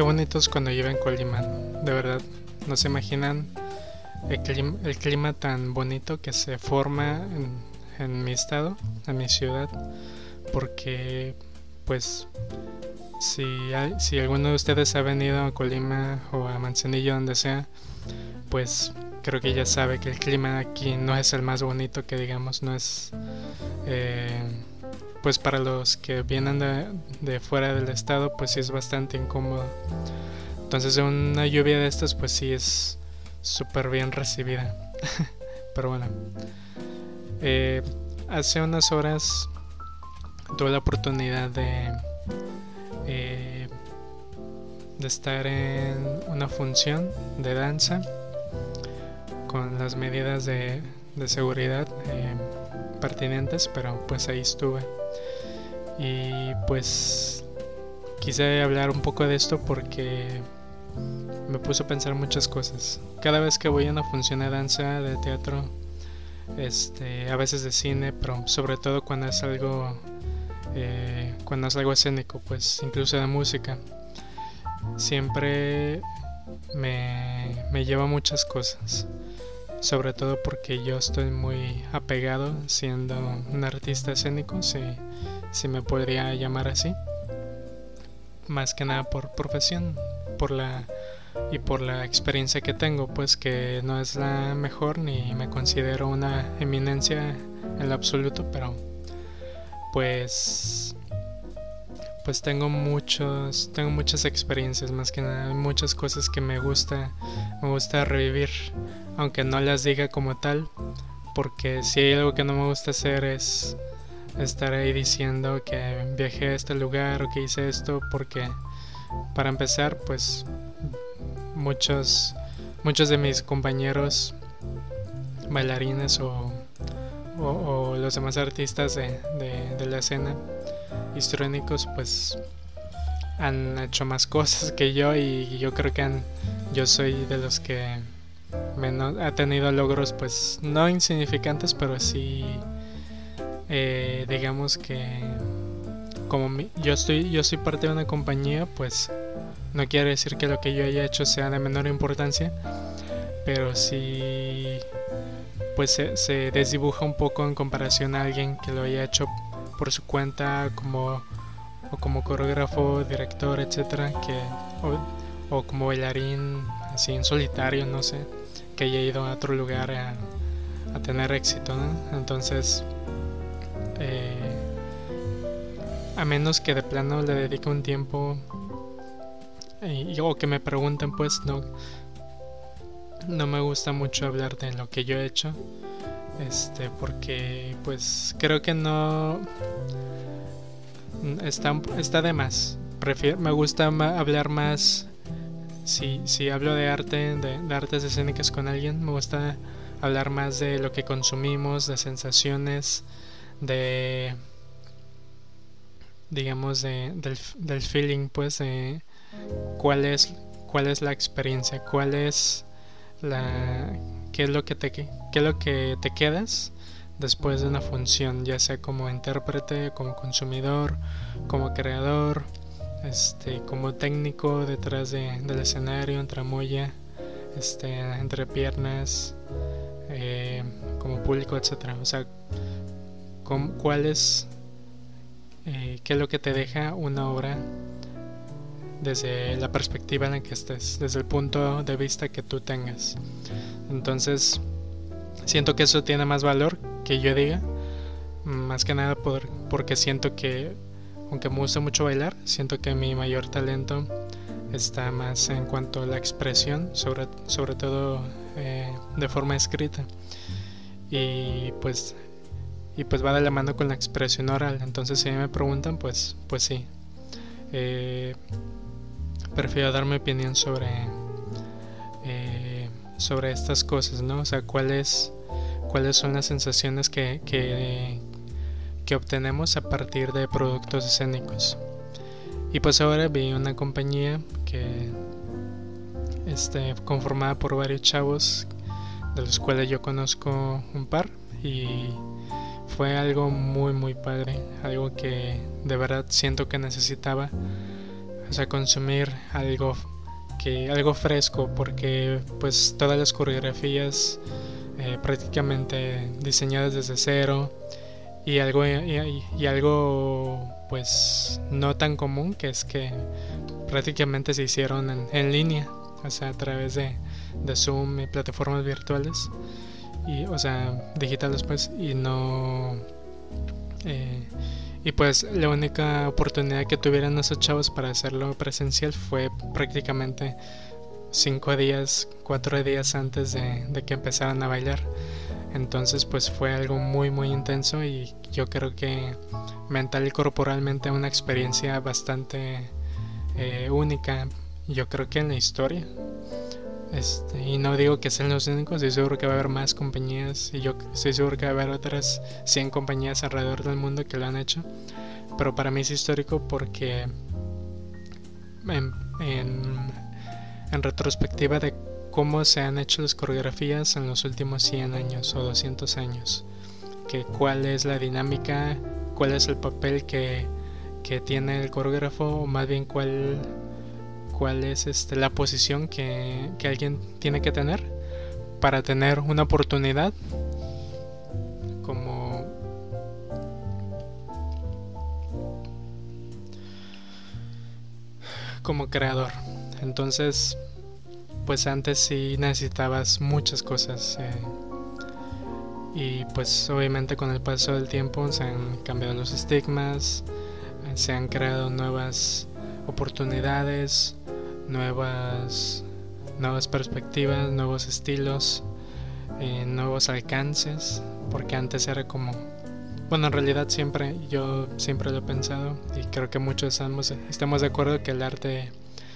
qué bonito es cuando llevo en Colima, de verdad. No se imaginan el clima tan bonito que se forma en mi estado, en mi ciudad, porque pues si alguno de ustedes ha venido a Colima o a Manzanillo, donde sea, pues creo que ya sabe que el clima aquí no es el más bonito que digamos, no es eh, pues para los que vienen de fuera del estado, pues sí es bastante incómodo. Entonces una lluvia de estas pues sí es súper bien recibida. Pero bueno, eh, hace unas horas tuve la oportunidad eh, de estar en una función de danza con las medidas de seguridad pertinentes, pero pues ahí estuve. Y pues quise hablar un poco de esto porque me puso a pensar muchas cosas. Cada vez que voy a una función de danza, de teatro, a veces de cine, pero sobre todo cuando es algo escénico, pues incluso de música, siempre me lleva muchas cosas. Sobre todo porque yo estoy muy apegado, siendo un artista escénico, si me podría llamar así, más que nada por profesión, por la experiencia que tengo, pues que no es la mejor ni me considero una eminencia en lo absoluto, pero pues tengo muchas experiencias, más que nada, muchas cosas que me gusta revivir, aunque no las diga como tal, porque si hay algo que no me gusta hacer es estar ahí diciendo que viajé a este lugar o que hice esto, porque para empezar, pues muchos de mis compañeros bailarines o los demás artistas de la escena histriónicos pues han hecho más cosas que yo, y yo creo que yo soy de los que menos ha tenido logros, pues no insignificantes, pero sí digamos que yo soy parte de una compañía, pues no quiere decir que lo que yo haya hecho sea de menor importancia, pero sí pues se desdibuja un poco en comparación a alguien que lo haya hecho por su cuenta como coreógrafo, director, etcétera, o como bailarín así en solitario, no sé, que haya ido a otro lugar a tener éxito, ¿no? Entonces a menos que de plano le dedique un tiempo o que me pregunten, pues no me gusta mucho hablar de lo que yo he hecho, porque pues creo que no está de más. Me gusta hablar más si hablo de arte, de artes escénicas con alguien. Me gusta hablar más de lo que consumimos, de sensaciones, de digamos del feeling, pues de cuál es la experiencia, qué es lo que te quedas después de una función, ya sea como intérprete, como consumidor, como creador, como técnico detrás del escenario, en tramoya, entre piernas, como público, etcétera. O sea, qué es lo que te deja una obra desde la perspectiva en la que estés, desde el punto de vista que tú tengas. Entonces siento que eso tiene más valor que yo diga, más que nada porque siento que, aunque me gusta mucho bailar, siento que mi mayor talento está más en cuanto a la expresión, sobre todo de forma escrita, y pues va de la mano con la expresión oral. Entonces si me preguntan, pues sí, prefiero dar mi opinión sobre estas cosas, ¿no? O sea, cuáles son las sensaciones que obtenemos a partir de productos escénicos. Y pues ahora vi una compañía que conformada por varios chavos, de los cuales yo conozco un par, y fue algo muy muy padre, algo que de verdad siento que necesitaba o sea, consumir algo fresco, porque pues todas las coreografías prácticamente diseñadas desde cero, y algo pues no tan común, que es que prácticamente se hicieron en línea, o sea, a través de Zoom y plataformas virtuales, y o sea, digitales pues, y no y pues la única oportunidad que tuvieron esos chavos para hacerlo presencial fue prácticamente 4 días antes de que empezaran a bailar. Entonces pues fue algo muy muy intenso, y yo creo que mental y corporalmente una experiencia bastante única, yo creo que en la historia. Y no digo que sean los únicos, estoy seguro que va a haber más compañías, y yo estoy seguro que va a haber otras 100 compañías alrededor del mundo que lo han hecho. Pero para mí es histórico porque en retrospectiva de cómo se han hecho las coreografías en los últimos 100 años o 200 años, que cuál es la dinámica, cuál es el papel que tiene el coreógrafo, o más bien cuál es la posición que alguien tiene que tener para tener una oportunidad como creador. Entonces pues antes sí necesitabas muchas cosas, y pues obviamente con el paso del tiempo se han cambiado los estigmas, se han creado nuevas oportunidades, nuevas perspectivas, nuevos estilos, nuevos alcances, porque antes era como, bueno, en realidad yo siempre lo he pensado, y creo que muchos estamos de acuerdo que el arte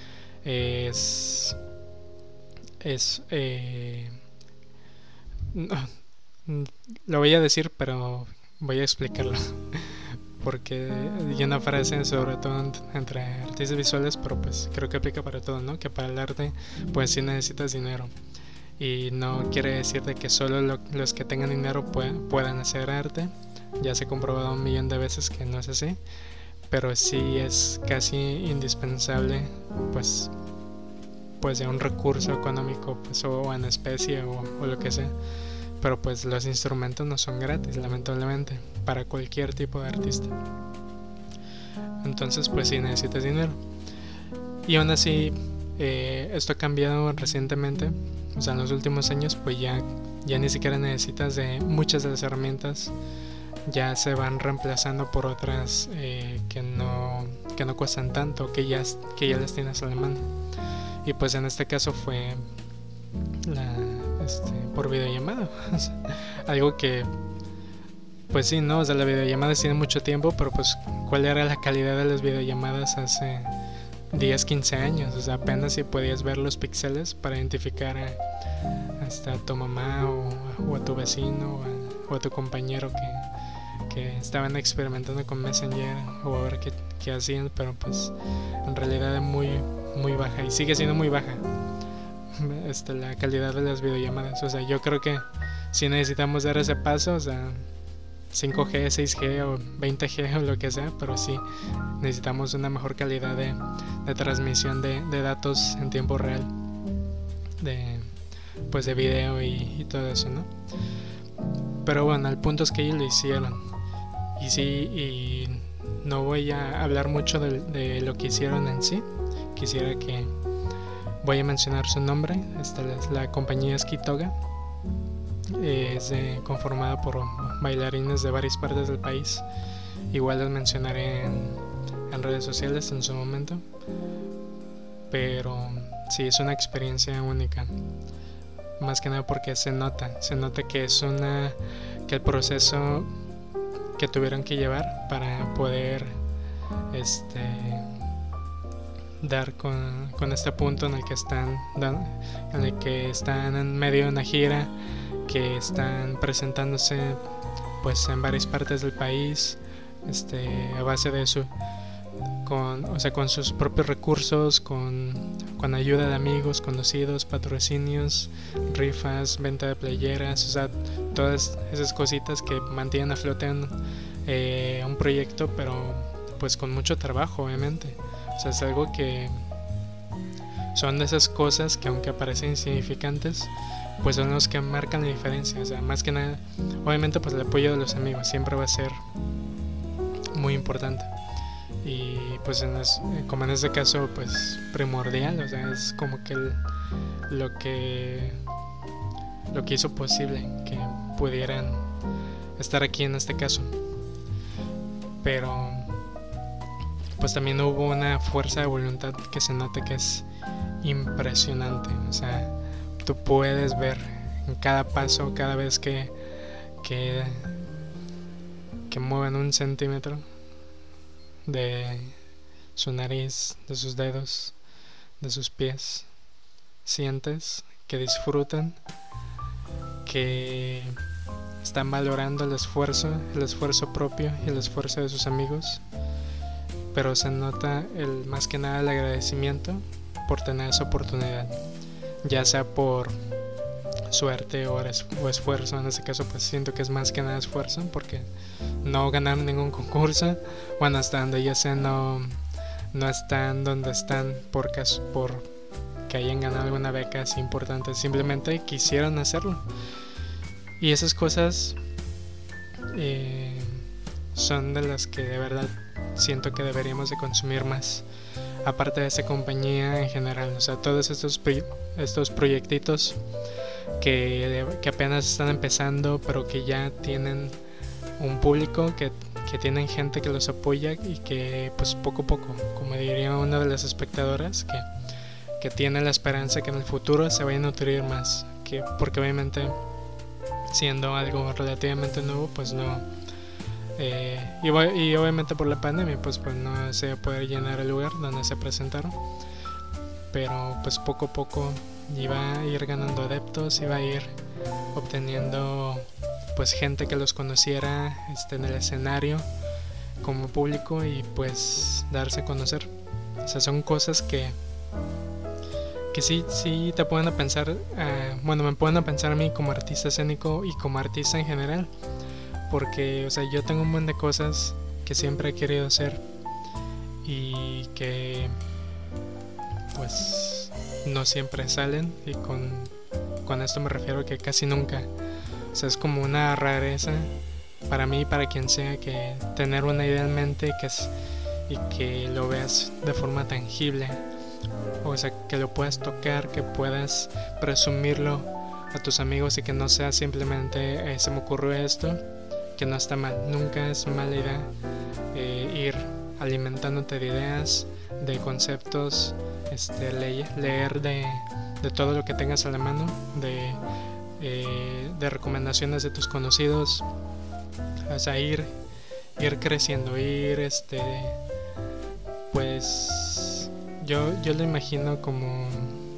no, lo voy a decir, pero voy a explicarlo porque hay una frase, sobre todo entre artistas visuales, pero pues creo que aplica para todo, ¿no? Que para el arte pues sí necesitas dinero, y no quiere decir de que solo los que tengan dinero puedan hacer arte. Ya se ha comprobado 1,000,000 de veces que no es así, pero sí es casi indispensable pues de un recurso económico, pues, o en especie, o lo que sea. Pero pues los instrumentos no son gratis, lamentablemente, para cualquier tipo de artista. Entonces pues sí necesitas dinero. Y aún así esto ha cambiado recientemente, o sea, en los últimos años pues ya ni siquiera necesitas de muchas de las herramientas, ya se van reemplazando por otras que no cuestan tanto, que ya las tienes a la mano. Y pues en este caso fue por videollamada. Algo que pues sí, ¿no? O sea, la videollamada tiene mucho tiempo, pero pues ¿cuál era la calidad de las videollamadas hace 10, 15 años? O sea, apenas si podías ver los píxeles para identificar a tu mamá, o a tu vecino, o a tu compañero que estaban experimentando con Messenger, o a ver qué hacían, pero pues en realidad es muy, muy baja, y sigue siendo muy baja la calidad de las videollamadas. O sea, yo creo que si necesitamos dar ese paso, o sea, 5G, 6G o 20G o lo que sea, pero sí necesitamos una mejor calidad de transmisión de datos en tiempo real, de video y todo eso, ¿no? Pero bueno, el punto es que ellos lo hicieron, y sí, y no voy a hablar mucho de lo que hicieron en sí. Voy a mencionar su nombre. Esta es la compañía Skitoga. Es conformada por bailarines de varias partes del país. Igual les mencionaré en redes sociales en su momento. Pero sí, es una experiencia única. Más que nada porque se nota que que el proceso que tuvieron que llevar para poder dar con este punto en el que están en medio de una gira, que están presentándose pues en varias partes del país, a base de con sus propios recursos, con ayuda de amigos, conocidos, patrocinios, rifas, venta de playeras, o sea, todas esas cositas que mantienen a flote un proyecto, pero pues con mucho trabajo, obviamente, O sea, es algo que son de esas cosas que, aunque parecen insignificantes, pues son los que marcan la diferencia. O sea, más que nada, obviamente pues el apoyo de los amigos siempre va a ser muy importante, y pues como en este caso pues primordial. O sea, es como que lo que hizo posible que pudieran estar aquí en este caso. Pero pues también hubo una fuerza de voluntad que se nota que es impresionante. O sea, tú puedes ver en cada paso, cada vez que mueven 1 centímetro de su nariz, de sus dedos, de sus pies, sientes que disfrutan, que están valorando el esfuerzo propio y el esfuerzo de sus amigos. Pero se nota más que nada el agradecimiento por tener esa oportunidad, ya sea por suerte o esfuerzo. En este caso pues siento que es más que nada esfuerzo, porque no ganaron ningún concurso. Bueno, hasta donde ya sé, no están donde están por que hayan ganado alguna beca así importante, simplemente quisieron hacerlo. Y esas cosas son de las que de verdad siento que deberíamos de consumir más, aparte de esa compañía en general. O sea, todos estos proyectitos que apenas están empezando, pero que ya tienen un público, que tienen gente que los apoya, y que pues poco a poco, como diría una de las espectadoras, que tiene la esperanza que en el futuro se vaya a nutrir más, porque obviamente siendo algo relativamente nuevo pues no, y obviamente por la pandemia pues no se va a poder llenar el lugar donde se presentaron, pero pues poco a poco iba a ir ganando adeptos, iba a ir obteniendo pues gente que los conociera en el escenario como público, y pues darse a conocer. O sea, son cosas que sí te pueden a pensar, bueno, me pueden a pensar a mí como artista escénico y como artista en general, porque, o sea, yo tengo un montón de cosas que siempre he querido hacer y que pues no siempre salen, y con esto me refiero a que casi nunca. O sea, es como una rareza para mí y para quien sea, que tener una idea en mente y que lo veas de forma tangible. O sea, que lo puedas tocar, que puedas presumirlo a tus amigos, y que no sea simplemente se me ocurrió esto, que no está mal. Nunca es mala idea ir alimentándote de ideas, de conceptos, leer de todo lo que tengas a la mano, de recomendaciones de tus conocidos. O sea, ir creciendo, pues yo lo imagino como,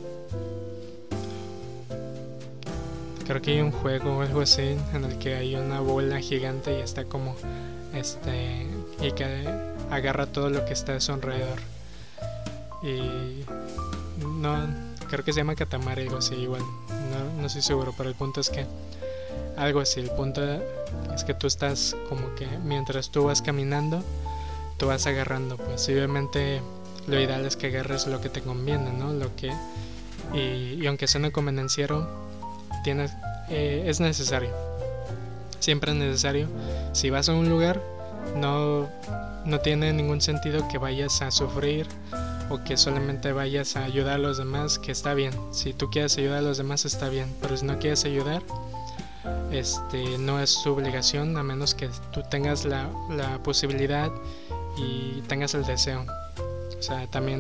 creo que hay un juego o algo así en el que hay una bola gigante y está como y que agarra todo lo que está a su alrededor, y no, creo que se llama Katamari, algo así. Igual no estoy seguro, pero el punto es que algo así. El punto es que tú estás como que mientras tú vas caminando, tú vas agarrando, pues obviamente lo ideal es que agarres lo que te conviene, ¿no? Y aunque sea no convenenciero, es necesario. Siempre es necesario. Si vas a un lugar, no tiene ningún sentido que vayas a sufrir o que solamente vayas a ayudar a los demás, que está bien. Si tú quieres ayudar a los demás, está bien, pero si no quieres ayudar, no es tu obligación, a menos que tú tengas la posibilidad y tengas el deseo. O sea, también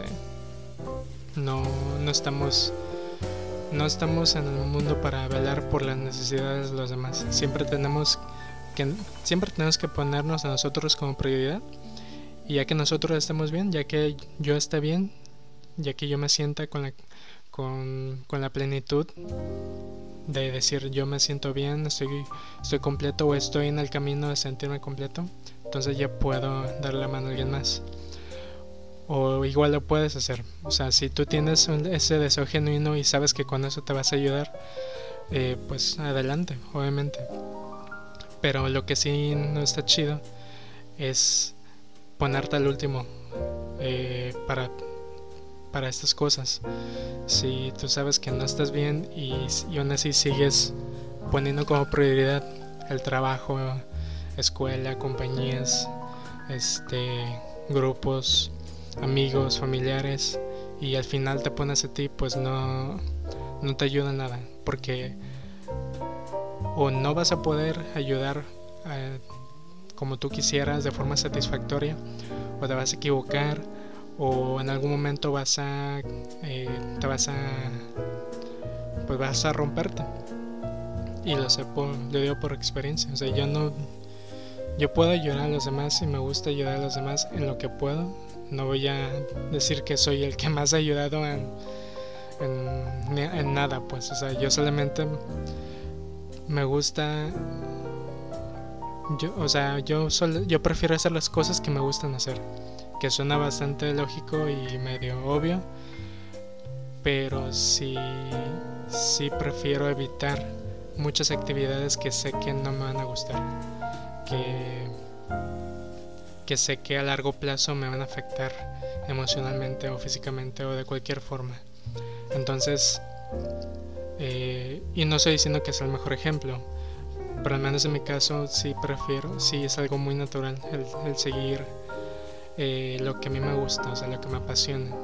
no estamos en el mundo para velar por las necesidades de los demás. Siempre tenemos que ponernos a nosotros como prioridad, y ya que nosotros estemos bien, ya que yo esté bien, ya que yo me sienta con la plenitud de decir yo me siento bien, estoy completo, o estoy en el camino de sentirme completo, entonces ya puedo darle la mano a alguien más. O igual lo puedes hacer. O sea, si tú tienes ese deseo genuino y sabes que con eso te vas a ayudar, pues adelante, obviamente. Pero lo que sí no está chido es ponerte al último para estas cosas. Si tú sabes que no estás bien y aún así sigues poniendo como prioridad el trabajo, escuela, compañías, grupos, amigos, familiares, y al final te pones a ti, pues no te ayuda en nada, porque o no vas a poder ayudar como tú quisieras de forma satisfactoria, o te vas a equivocar, o en algún momento vas a romperte. Y lo digo por experiencia. O sea, yo puedo ayudar a los demás y me gusta ayudar a los demás en lo que puedo. No voy a decir que soy el que más ha ayudado en nada, pues. O sea, yo solamente me gusta. Yo prefiero hacer las cosas que me gustan hacer, que suena bastante lógico y medio obvio, pero sí prefiero evitar muchas actividades que sé que no me van a gustar, que sé que a largo plazo me van a afectar emocionalmente o físicamente o de cualquier forma. Entonces, y no estoy diciendo que sea el mejor ejemplo, pero al menos en mi caso sí es algo muy natural el seguir lo que a mí me gusta, o sea, lo que me apasiona.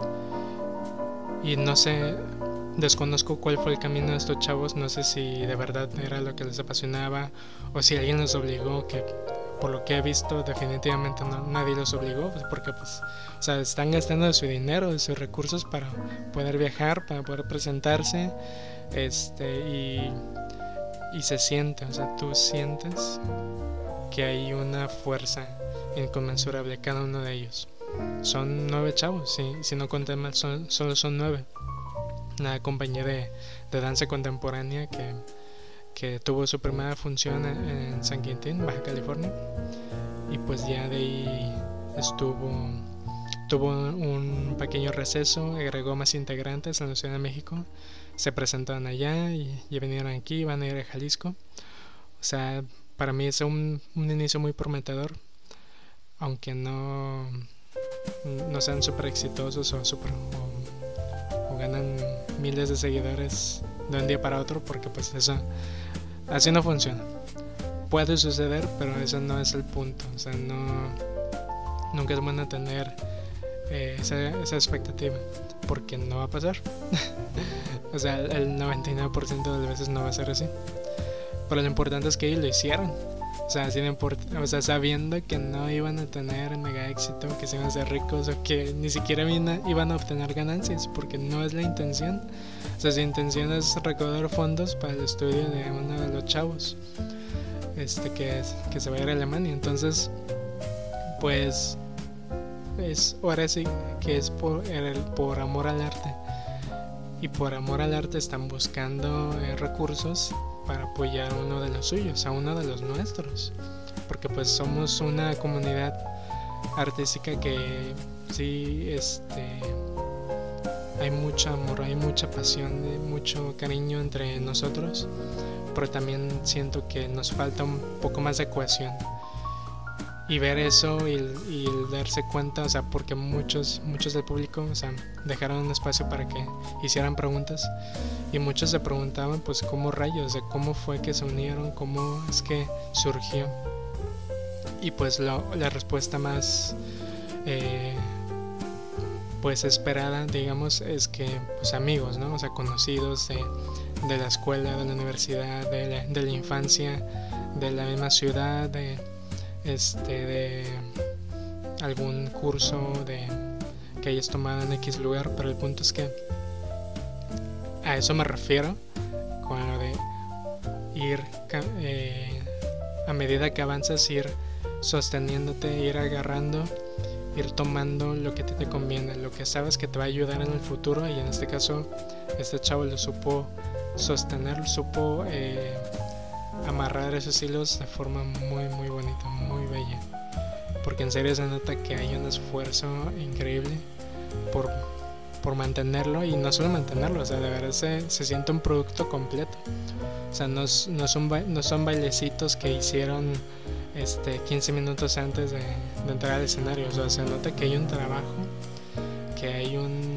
Y no sé, desconozco cuál fue el camino de estos chavos, no sé si de verdad era lo que les apasionaba o si alguien los obligó, que por lo que he visto definitivamente nadie los obligó, pues porque pues, o sea, están gastando de su dinero, de sus recursos para poder viajar, para poder presentarse, y se siente, o sea, tú sientes que hay una fuerza inconmensurable cada uno de ellos. Son 9 chavos, si no conté mal, solo son 9. Una compañía de danza contemporánea que tuvo su primera función en San Quintín, Baja California, y pues ya de ahí tuvo un pequeño receso, agregó más integrantes en la Ciudad de México, se presentaron allá y vinieron aquí, van a ir a Jalisco. O sea, para mí es un inicio muy prometedor, aunque no sean súper exitosos o ganan miles de seguidores de un día para otro, porque pues eso así no funciona. Puede suceder, pero eso no es el punto. O sea, nunca es bueno tener esa expectativa, porque no va a pasar. O sea, el 99% de las veces no va a ser así. Pero lo importante es que ellos lo hicieron. O sea, sabiendo que no iban a tener mega éxito, que se iban a hacer ricos o que ni siquiera iban a obtener ganancias, porque no es la intención. O sea, su intención es recaudar fondos para el estudio de uno de los chavos que se va a ir a Alemania. Entonces, pues ahora sí que es por amor al arte, y por amor al arte están buscando recursos para apoyar a uno de los suyos, a uno de los nuestros, porque pues somos una comunidad artística que sí, hay mucho amor, hay mucha pasión, mucho cariño entre nosotros, pero también siento que nos falta un poco más de cohesión. Y ver eso y darse cuenta, o sea, porque muchos del público, o sea, dejaron un espacio para que hicieran preguntas, y muchos se preguntaban, pues, cómo rayos, de cómo fue que se unieron, cómo es que surgió. Y pues la respuesta más pues esperada, digamos, es que pues amigos, ¿no? O sea, conocidos de la escuela, de la universidad, de la infancia, de la misma ciudad, de algún curso que hayas tomado en X lugar. Pero el punto es que a eso me refiero con lo de ir a medida que avanzas, ir sosteniéndote, ir agarrando, ir tomando lo que te conviene, lo que sabes que te va a ayudar en el futuro. Y en este caso este chavo lo supo sostener, supo amarrar esos hilos de forma muy muy bonita, muy bella, porque en serio se nota que hay un esfuerzo increíble por mantenerlo, y no solo mantenerlo, o sea, de verdad se siente un producto completo. O sea, no son bailecitos que hicieron 15 minutos antes de entrar al escenario. O sea, se nota que hay un trabajo, que hay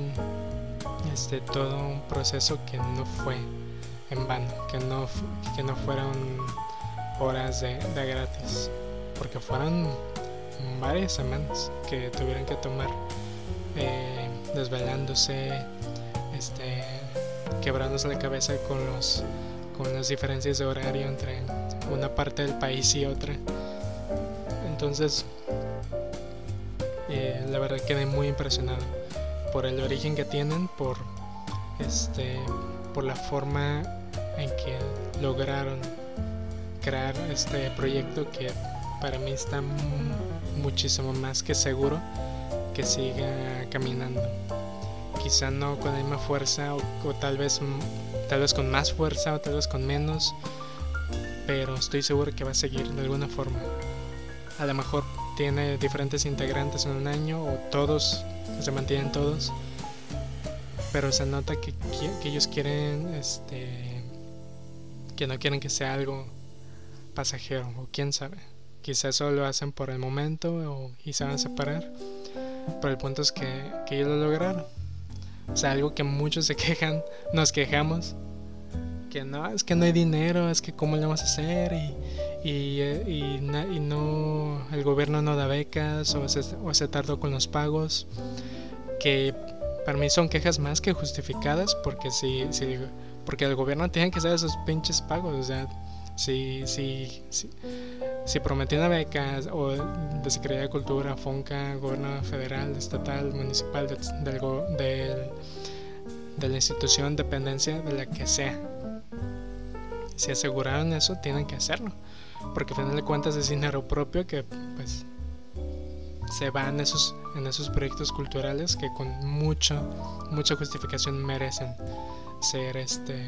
todo un proceso que no fue en vano, que no fueron horas de gratis, porque fueron varias semanas que tuvieron que tomar, desvelándose, quebrándose la cabeza con las diferencias de horario entre una parte del país y otra. Entonces, la verdad quedé muy impresionado por el origen que tienen, por la forma en que lograron crear este proyecto, que para mí está muchísimo más que seguro que siga caminando. Quizá no con la misma fuerza, o tal vez con más fuerza, o tal vez con menos, pero estoy seguro que va a seguir de alguna forma. A lo mejor tiene diferentes integrantes en un año, o todos, se mantienen todos, pero se nota que ellos quieren, que no quieren que sea algo pasajero, o quién sabe, quizás solo lo hacen por el momento y se van a separar, pero el punto es que ellos lo lograron. O sea, algo que muchos se quejan, nos quejamos, que no, es que no hay dinero, es que cómo le vamos a hacer, y no, el gobierno no da becas, o se tardó con los pagos, que para mí son quejas más que justificadas, porque porque el gobierno tiene que hacer esos pinches pagos. O sea, si prometió una beca, o de Secretaría de Cultura, FONCA, gobierno federal, estatal, municipal, de la institución, dependencia, de la que sea, si aseguraron eso, tienen que hacerlo, porque al final de cuentas es dinero propio que pues se va en esos proyectos culturales que con mucha justificación merecen ser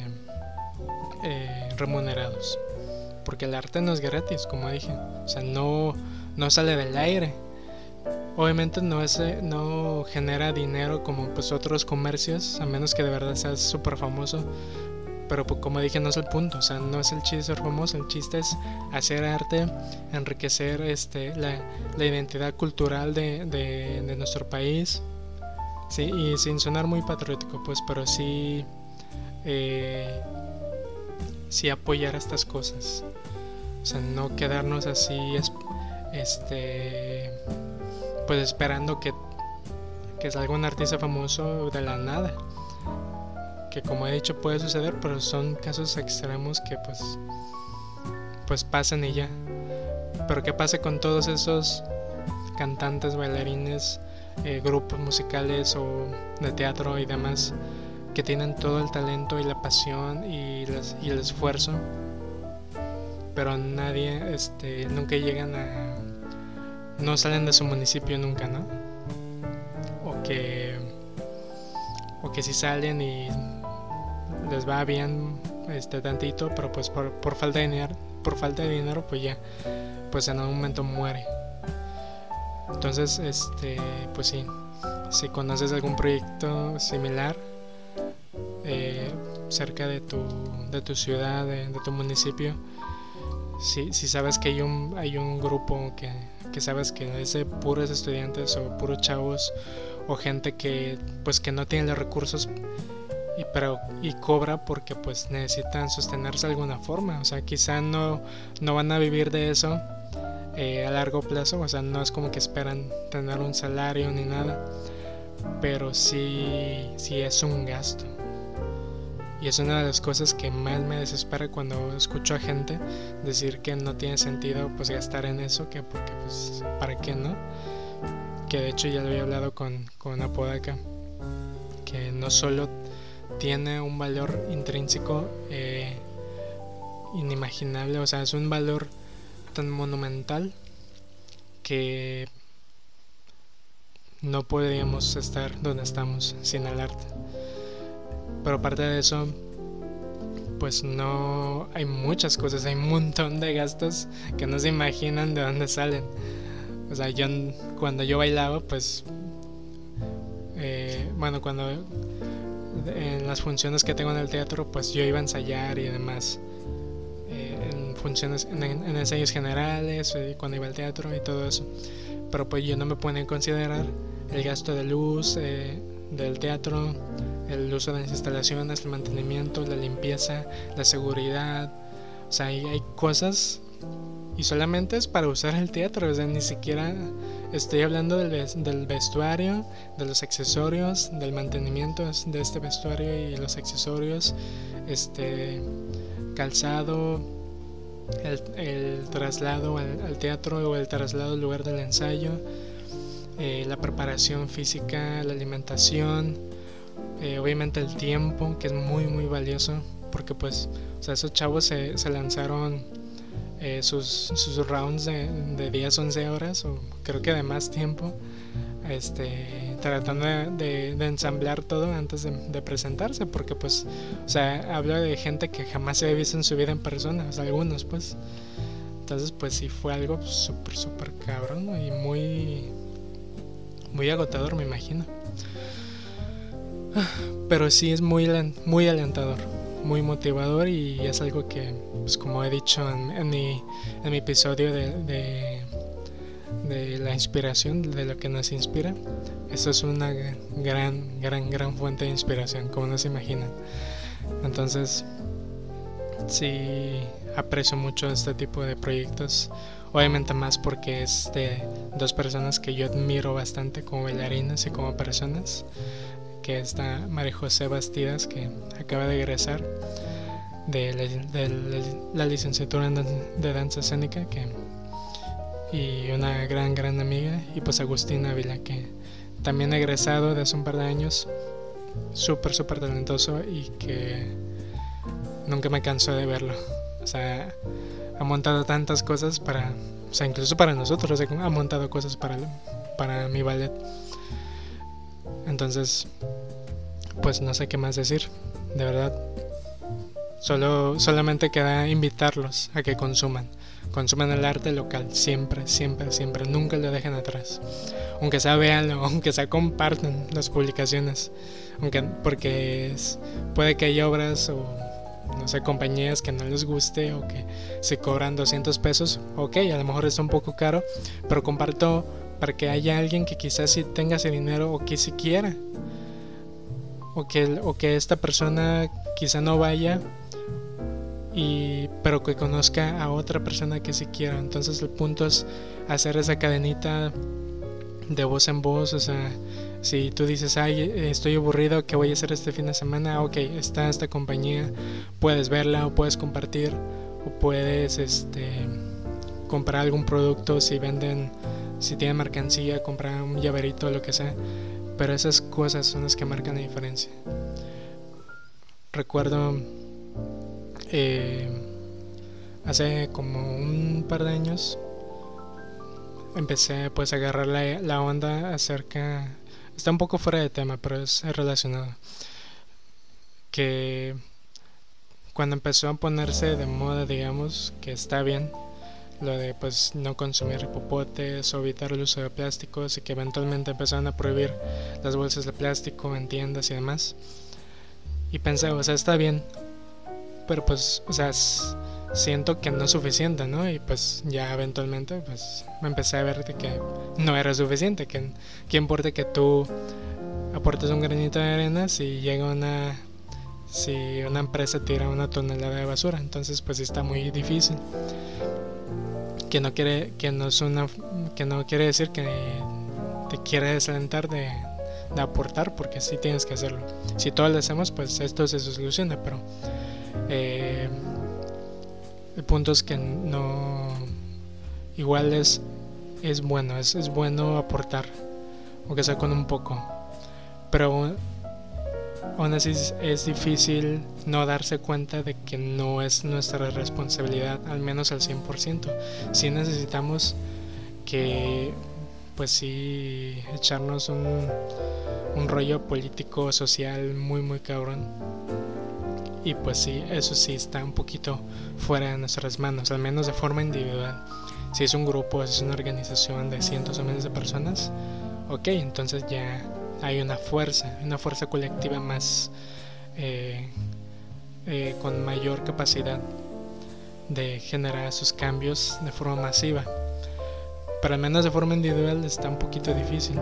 remunerados, porque el arte no es gratis, como dije. O sea, no sale del aire. Obviamente no genera dinero como pues otros comercios, a menos que de verdad seas súper famoso. Pero pues, como dije, no es el punto. O sea, no es el chiste ser famoso. El chiste es hacer arte, enriquecer la identidad cultural de nuestro país. Sí, y sin sonar muy patriótico, pues, pero sí apoyar estas cosas. O sea, no quedarnos así pues esperando que salga un artista famoso de la nada, que como he dicho puede suceder, pero son casos extremos que pues pasan y ya. Pero qué pasa con todos esos cantantes, bailarines, grupos musicales o de teatro y demás, que tienen todo el talento y la pasión y el esfuerzo, pero nadie, nunca llegan no salen de su municipio nunca, ¿no? O que si salen y les va bien tantito, pero pues por falta de dinero, pues ya, pues en algún momento muere. Entonces, pues sí, si conoces algún proyecto similar cerca de tu ciudad, de tu municipio, si sabes que hay un grupo que sabes que es de puros estudiantes o puros chavos, o gente que no tiene los recursos y cobra porque pues necesitan sostenerse de alguna forma. O sea, quizá no van a vivir de eso a largo plazo. O sea, no es como que esperan tener un salario ni nada, pero sí es un gasto. Y es una de las cosas que más me desespera cuando escucho a gente decir que no tiene sentido pues gastar en eso, que porque pues para qué, ¿no? Que de hecho ya lo había hablado con Apodaca, que no solo tiene un valor intrínseco inimaginable, o sea, es un valor tan monumental que no podríamos estar donde estamos sin el arte. Pero aparte de eso, pues no, hay muchas cosas, hay un montón de gastos que no se imaginan de dónde salen. O sea, cuando yo bailaba, pues cuando en las funciones que tengo en el teatro, pues yo iba a ensayar y demás, en funciones, en ensayos generales, cuando iba al teatro y todo eso. Pero pues yo no me ponía a considerar el gasto de luz del teatro, el uso de las instalaciones, el mantenimiento, la limpieza, la seguridad. O sea, hay cosas y solamente es para usar el teatro. O sea, ni siquiera estoy hablando del vestuario, de los accesorios, del mantenimiento de este vestuario y los accesorios, calzado, el traslado al teatro o el traslado al lugar del ensayo, la preparación física, la alimentación, obviamente el tiempo, que es muy muy valioso, porque pues, o sea, esos chavos se lanzaron sus rounds de 10, 11 horas, o creo que de más tiempo, tratando de ensamblar todo antes de presentarse, porque pues, o sea, hablo de gente que jamás se había visto en su vida en persona, o sea, algunos pues. Entonces pues sí fue algo súper súper cabrón, ¿no? Y muy muy agotador, me imagino. Pero sí es muy alentador, muy motivador, y es algo que, pues como he dicho en mi episodio de la inspiración, de lo que nos inspira, eso es una gran fuente de inspiración, como no se imaginan. Entonces sí aprecio mucho este tipo de proyectos, obviamente más porque es de dos personas que yo admiro bastante como bailarinas y como personas, que está María José Bastidas, que acaba de egresar de la licenciatura de danza escénica, y una gran amiga, y pues Agustín Ávila, que también ha egresado de hace un par de años, súper talentoso, y que nunca me canso de verlo. O sea, ha montado tantas cosas o sea, incluso para nosotros, ha montado cosas para mi ballet. Entonces, pues no sé qué más decir, de verdad. Solamente queda invitarlos a que consuman el arte local, siempre, nunca lo dejen atrás. Aunque sea véanlo, aunque sea compartan las publicaciones, porque puede que haya obras o no sé, compañías que no les guste o que se cobran 200 pesos, ok, a lo mejor está un poco caro, pero comparto para que haya alguien que quizás sí tenga ese dinero, o que si quiera, o que esta persona quizá no vaya, pero que conozca a otra persona que sí quiera. Entonces el punto es hacer esa cadenita de voz en voz. O sea, si tú dices, ay, estoy aburrido, ¿qué voy a hacer este fin de semana? Ok, está esta compañía, puedes verla o puedes compartir, o puedes comprar algún producto, si tienen mercancía, comprar un llaverito, lo que sea. Pero esas cosas son las que marcan la diferencia. Recuerdo hace como un par de años empecé pues a agarrar la onda acerca, está un poco fuera de tema, pero es relacionado, que cuando empezó a ponerse de moda, digamos, que está bien lo de pues no consumir popotes o evitar el uso de plásticos, y que eventualmente empezaron a prohibir las bolsas de plástico en tiendas y demás, y pensé, o sea, está bien, pero pues, o sea, siento que no es suficiente, ¿no? Y pues ya eventualmente pues me empecé a ver de que no era suficiente, que importa que tú aportes un granito de arena si una empresa tira una tonelada de basura. Entonces pues está muy difícil, que no quiere decir que te quiere desalentar de aportar, porque sí tienes que hacerlo. Si todos lo hacemos, pues esto se soluciona, pero el punto es que no, igual es bueno aportar, aunque sea con un poco, pero aún así es difícil no darse cuenta de que no es nuestra responsabilidad, al menos al 100%. Sí necesitamos que, pues sí, echarnos un rollo político, social muy muy cabrón. Y pues sí, eso sí está un poquito fuera de nuestras manos, al menos de forma individual. Si es un grupo, si es una organización de cientos o miles de personas, ok, entonces ya hay una fuerza colectiva más, con mayor capacidad. de generar sus cambios de forma masiva. Pero al menos de forma individual está un poquito difícil.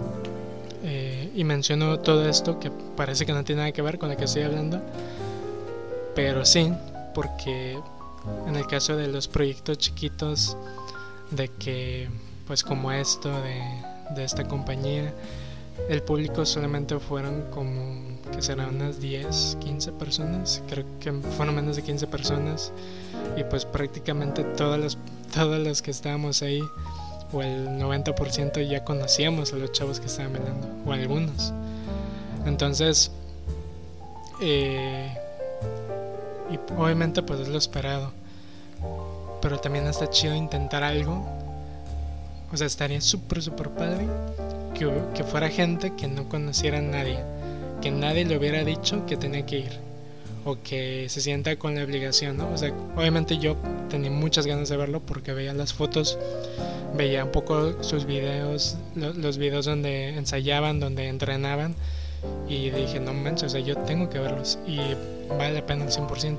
Y menciono todo esto que parece que no tiene nada que ver con lo que estoy hablando, pero sí, porque en el caso de los proyectos chiquitos, de que pues como esto de esta compañía, el público solamente fueron como que serán unas 10, 15 personas, creo que fueron menos de 15 personas, y pues prácticamente todas las que estábamos ahí, o el 90% ya conocíamos a los chavos que estaban bailando, o algunos. Entonces y obviamente pues es lo esperado, pero también está chido intentar algo. O sea, estaría súper padre que fuera gente que no conociera a nadie, que nadie le hubiera dicho que tenía que ir, o que se sienta con la obligación, ¿no? O sea, obviamente yo tenía muchas ganas de verlo porque veía las fotos, veía un poco sus videos, los videos donde ensayaban, donde entrenaban, y dije, no manches, o sea, yo tengo que verlos y vale la pena al 100%.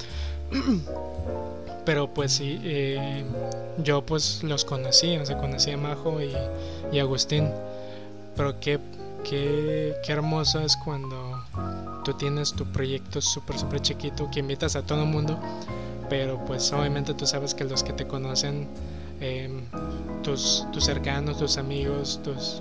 Pero pues sí, yo pues los conocí, o sea, conocí a Majo y Agustín. Pero qué hermoso es cuando tú tienes tu proyecto súper chiquito, que invitas a todo el mundo, pero pues obviamente tú sabes que los que te conocen, tus cercanos, tus amigos,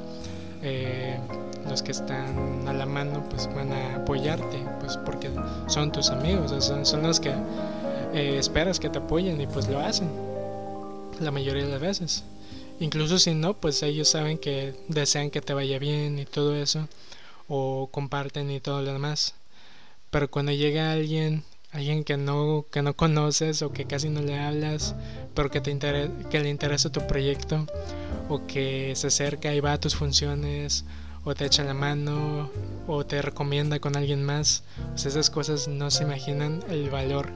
los que están a la mano, pues van a apoyarte, pues porque son tus amigos, o sea, son los que esperas que te apoyen, y pues lo hacen la mayoría de las veces. Incluso si no, pues ellos saben que desean que te vaya bien y todo eso, o comparten y todo lo demás. Pero cuando llega alguien que no conoces, o que casi no le hablas, pero que le interesa tu proyecto, o que se acerca y va a tus funciones, o te echa la mano, o te recomienda con alguien más, pues esas cosas no se imaginan el valor.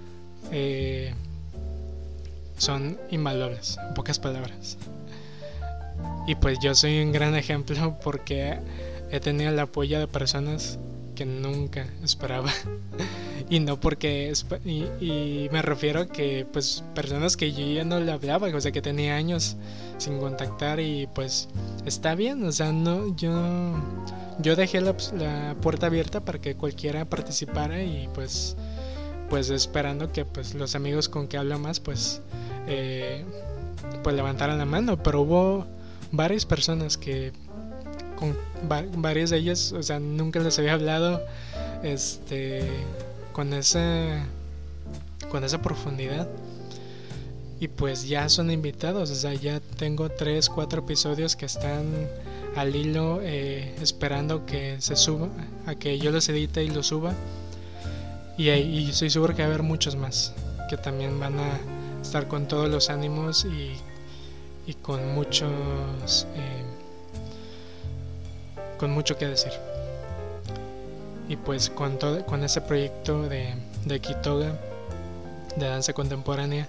Son invaluables, en pocas palabras. Y pues yo soy un gran ejemplo, porque he tenido el apoyo de personas que nunca esperaba. Y no porque y me refiero a que pues personas que yo ya no le hablaba, o sea, que tenía años sin contactar, y pues está bien, o sea, no, yo dejé la puerta abierta para que cualquiera participara, y pues esperando que pues los amigos con que hablo más pues levantaran la mano. Pero hubo varias personas que con varias de ellas, o sea, nunca les había hablado con esa profundidad, y pues ya son invitados. O sea, ya tengo 3-4 episodios que están al hilo, esperando que se suba, a que yo los edite y los suba. Y estoy seguro que va a haber muchos más que también van a estar con todos los ánimos y con mucho que decir. Y pues con ese proyecto de Kitoga, de danza contemporánea,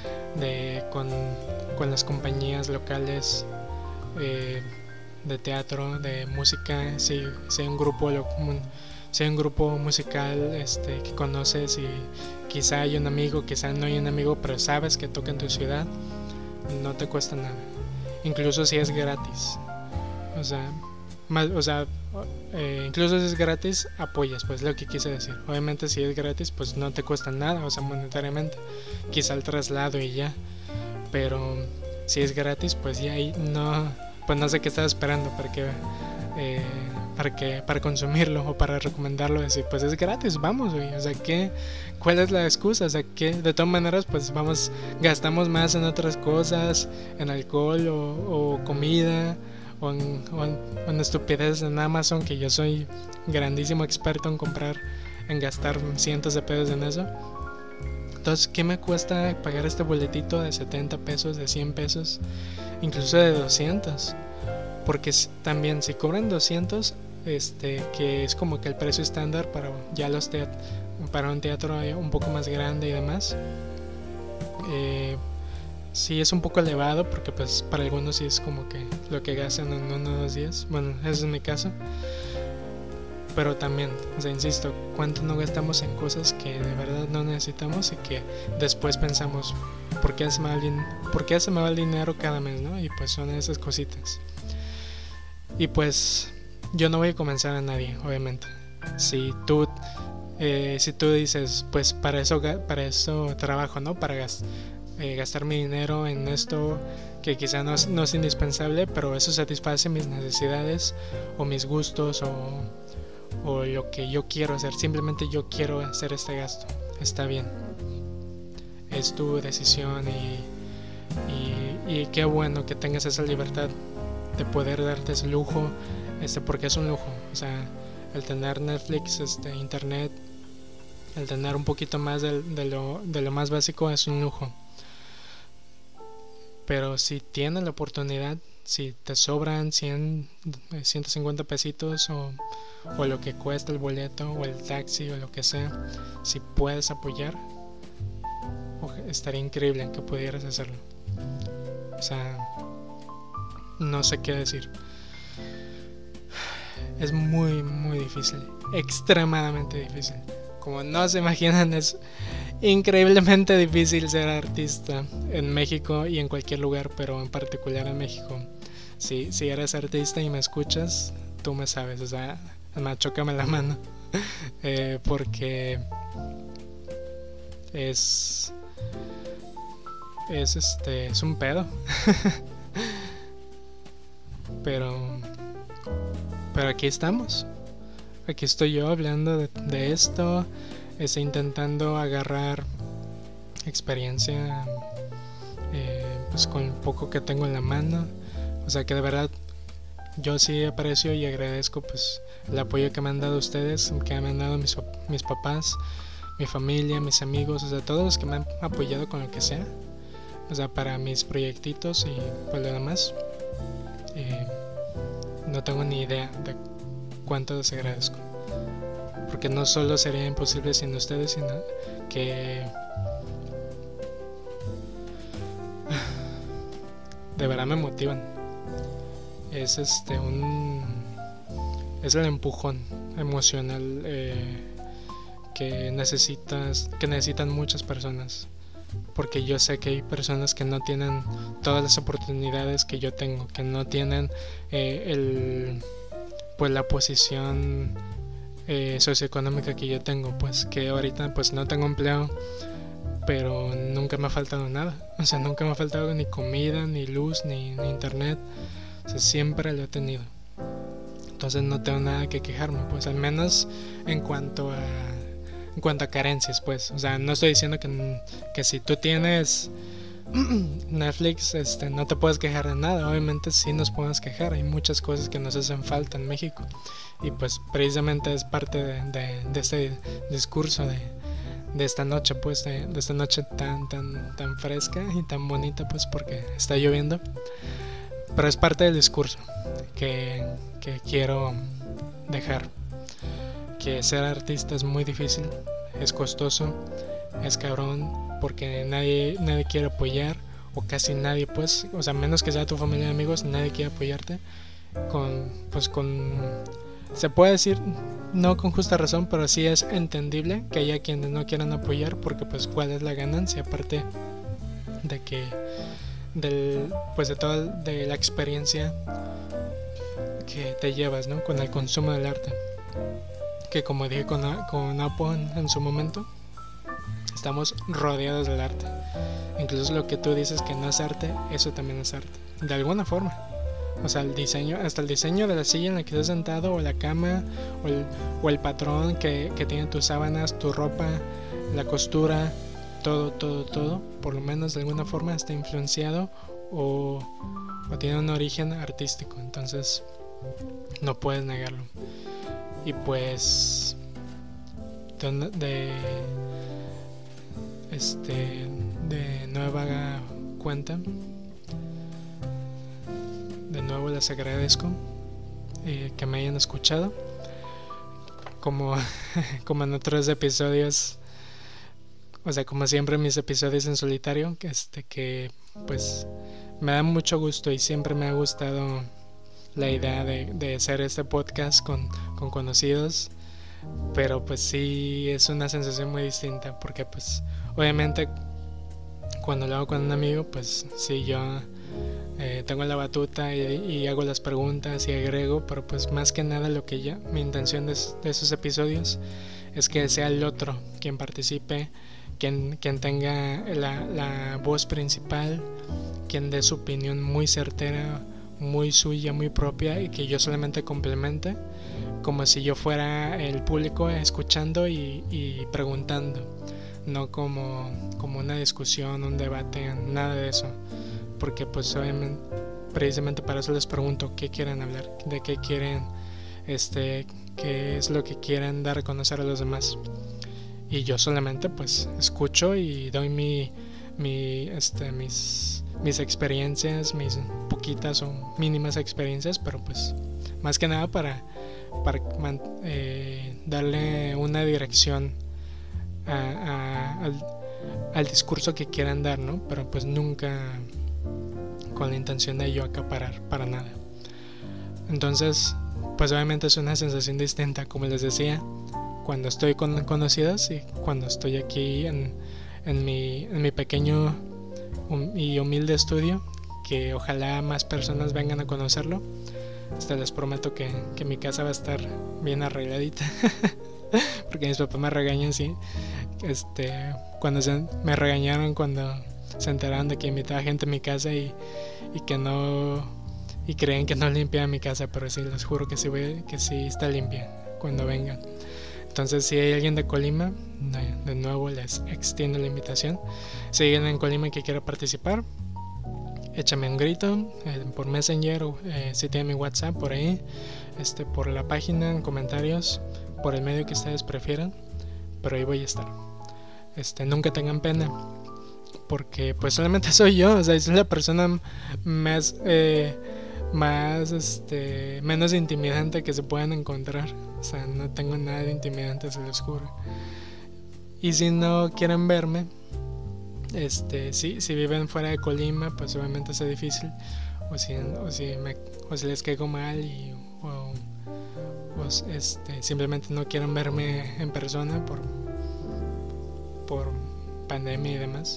con las compañías locales, de teatro, de música, si hay un grupo musical que conoces, y quizá hay un amigo, quizá no hay un amigo, pero sabes que toca en tu ciudad, no te cuesta nada, incluso si es gratis. Incluso si es gratis, apoyas, pues lo que quise decir. Obviamente si es gratis, pues no te cuesta nada, o sea, monetariamente, quizá el traslado y ya. Pero si es gratis, pues ya ahí no sé qué estás esperando para consumirlo, o para recomendarlo, decir, pues es gratis, vamos, güey. O sea, ¿cuál es la excusa? O sea, que de todas maneras, pues gastamos más en otras cosas, en alcohol o comida, o en estupideces en Amazon, que yo soy grandísimo experto en gastar cientos de pesos en eso. Entonces, ¿qué me cuesta pagar este boletito de 70 pesos, de 100 pesos, incluso de 200? Porque también si cobran 200, que es como que el precio estándar para ya para un teatro un poco más grande y demás, sí es un poco elevado, porque pues para algunos sí es como que lo que gastan en 1 o 2 días. Bueno, ese es mi caso. Pero también, o sea, insisto, ¿cuánto no gastamos en cosas que de verdad no necesitamos y que después pensamos, ¿por qué se me va el dinero cada mes, no? Y pues son esas cositas. Y pues yo no voy a convencer a nadie, obviamente. Si tú dices, pues para eso trabajo, ¿no? Para gastar mi dinero en esto que quizá no es indispensable, pero eso satisface mis necesidades o mis gustos o lo que yo quiero hacer. Simplemente yo quiero hacer este gasto. Está bien. Es tu decisión y qué bueno que tengas esa libertad de poder darte ese lujo, porque es un lujo. O sea, el tener Netflix, internet, el tener un poquito más de lo más básico es un lujo. Pero si tienes la oportunidad, si te sobran 150 pesitos o lo que cuesta el boleto o el taxi o lo que sea, si puedes apoyar, estaría increíble que pudieras hacerlo. O sea, no sé qué decir. Es muy, muy difícil, extremadamente difícil. Como no se imaginan, es increíblemente difícil ser artista en México y en cualquier lugar, pero en particular en México. Si eres artista y me escuchas, tú me sabes, o sea, chócame la mano. Porque es un pedo. pero aquí estamos. Aquí estoy yo hablando de esto, intentando agarrar experiencia pues con lo poco que tengo en la mano. O sea que de verdad yo sí aprecio y agradezco pues el apoyo que me han dado ustedes, que me han dado mis papás, mi familia, mis amigos, o sea, todos los que me han apoyado con lo que sea, o sea, para mis proyectitos y pues lo demás. No tengo ni idea de cuánto les agradezco, porque no solo sería imposible sin ustedes, sino que de verdad me motivan. Es es el empujón emocional que necesitan muchas personas, porque yo sé que hay personas que no tienen todas las oportunidades que yo tengo, que no tienen pues la posición socioeconómica que yo tengo, pues que ahorita pues no tengo empleo, pero nunca me ha faltado nada. O sea, nunca me ha faltado ni comida, ni luz, ni internet. O sea, siempre lo he tenido. Entonces no tengo nada que quejarme, pues al menos en cuanto a carencias, pues. O sea, no estoy diciendo que si tú tienes Netflix, no te puedes quejar de nada. Obviamente sí nos podemos quejar. Hay muchas cosas que nos hacen falta en México. Y pues precisamente es parte de este discurso de esta noche, pues, de esta noche tan fresca y tan bonita, pues, porque está lloviendo. Pero es parte del discurso que quiero dejar. Que ser artista es muy difícil, es costoso, es cabrón, porque nadie quiere apoyar, o casi nadie, pues, o sea, menos que sea tu familia y amigos, nadie quiere apoyarte se puede decir, no con justa razón, pero sí es entendible que haya quienes no quieran apoyar, porque pues cuál es la ganancia, aparte de que de toda la experiencia que te llevas, ¿no? Con el consumo del arte, que como dije con Apo en su momento, estamos rodeados del arte. Incluso lo que tú dices que no es arte, eso también es arte, de alguna forma. O sea, hasta el diseño de la silla en la que estás sentado, o la cama, o el patrón que tiene tus sábanas, tu ropa, la costura, todo, por lo menos de alguna forma está influenciado o tiene un origen artístico. Entonces no puedes negarlo. Y pues de nueva cuenta, de nuevo les agradezco que me hayan escuchado, como en otros episodios. O sea, como siempre mis episodios en solitario, que pues me da mucho gusto y siempre me ha gustado la idea de hacer este podcast con conocidos, pero pues sí es una sensación muy distinta, porque pues obviamente cuando lo hago con un amigo, pues sí, yo tengo la batuta y hago las preguntas y agrego, pero pues más que nada mi intención de esos episodios es que sea el otro quien participe, quien tenga la voz principal, quien dé su opinión muy certera, muy suya, muy propia, y que yo solamente complemente, como si yo fuera el público escuchando y preguntando, no como una discusión, un debate, nada de eso, porque pues obviamente precisamente para eso les pregunto qué quieren hablar, de qué quieren, qué es lo que quieren dar a conocer a los demás, y yo solamente pues escucho y doy mis experiencias, mis poquitas o mínimas experiencias, pero pues más que nada para darle una dirección al discurso que quieran dar, ¿no? Pero pues nunca con la intención de yo acaparar, para nada. Entonces, pues obviamente es una sensación distinta, como les decía, cuando estoy con conocidos y cuando estoy aquí en mi pequeño y humilde estudio, que ojalá más personas vengan a conocerlo. Les prometo que mi casa va a estar bien arregladita porque mis papás me regañan, sí. Cuando me regañaron cuando se enteraron de que invitaba gente a mi casa y que no, y creen que no limpia mi casa, pero sí, les juro que sí está limpia cuando vengan. Entonces, si hay alguien de Colima, de nuevo les extiendo la invitación. Si hay alguien en Colima que quiera participar, échame un grito por Messenger, o si tienen mi WhatsApp por ahí, por la página, en comentarios, por el medio que ustedes prefieran, pero ahí voy a estar. Nunca tengan pena, porque pues solamente soy yo, o sea, es la persona más menos intimidante que se puedan encontrar. O sea, no tengo nada de intimidante, se los juro. Y si no quieren verme, si viven fuera de Colima, pues obviamente es difícil, o si les caigo mal o simplemente no quieren verme en persona por pandemia y demás,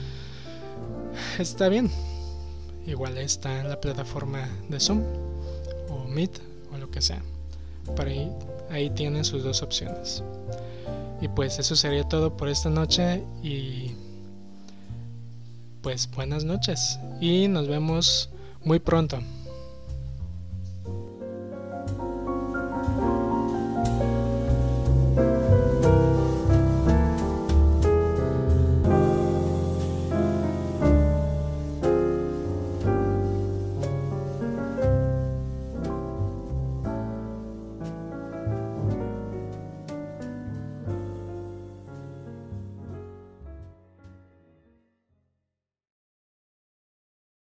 está bien. Igual está en la plataforma de Zoom o Meet o lo que sea. Por ahí tienen sus dos opciones. Y pues eso sería todo por esta noche, y pues buenas noches y nos vemos muy pronto.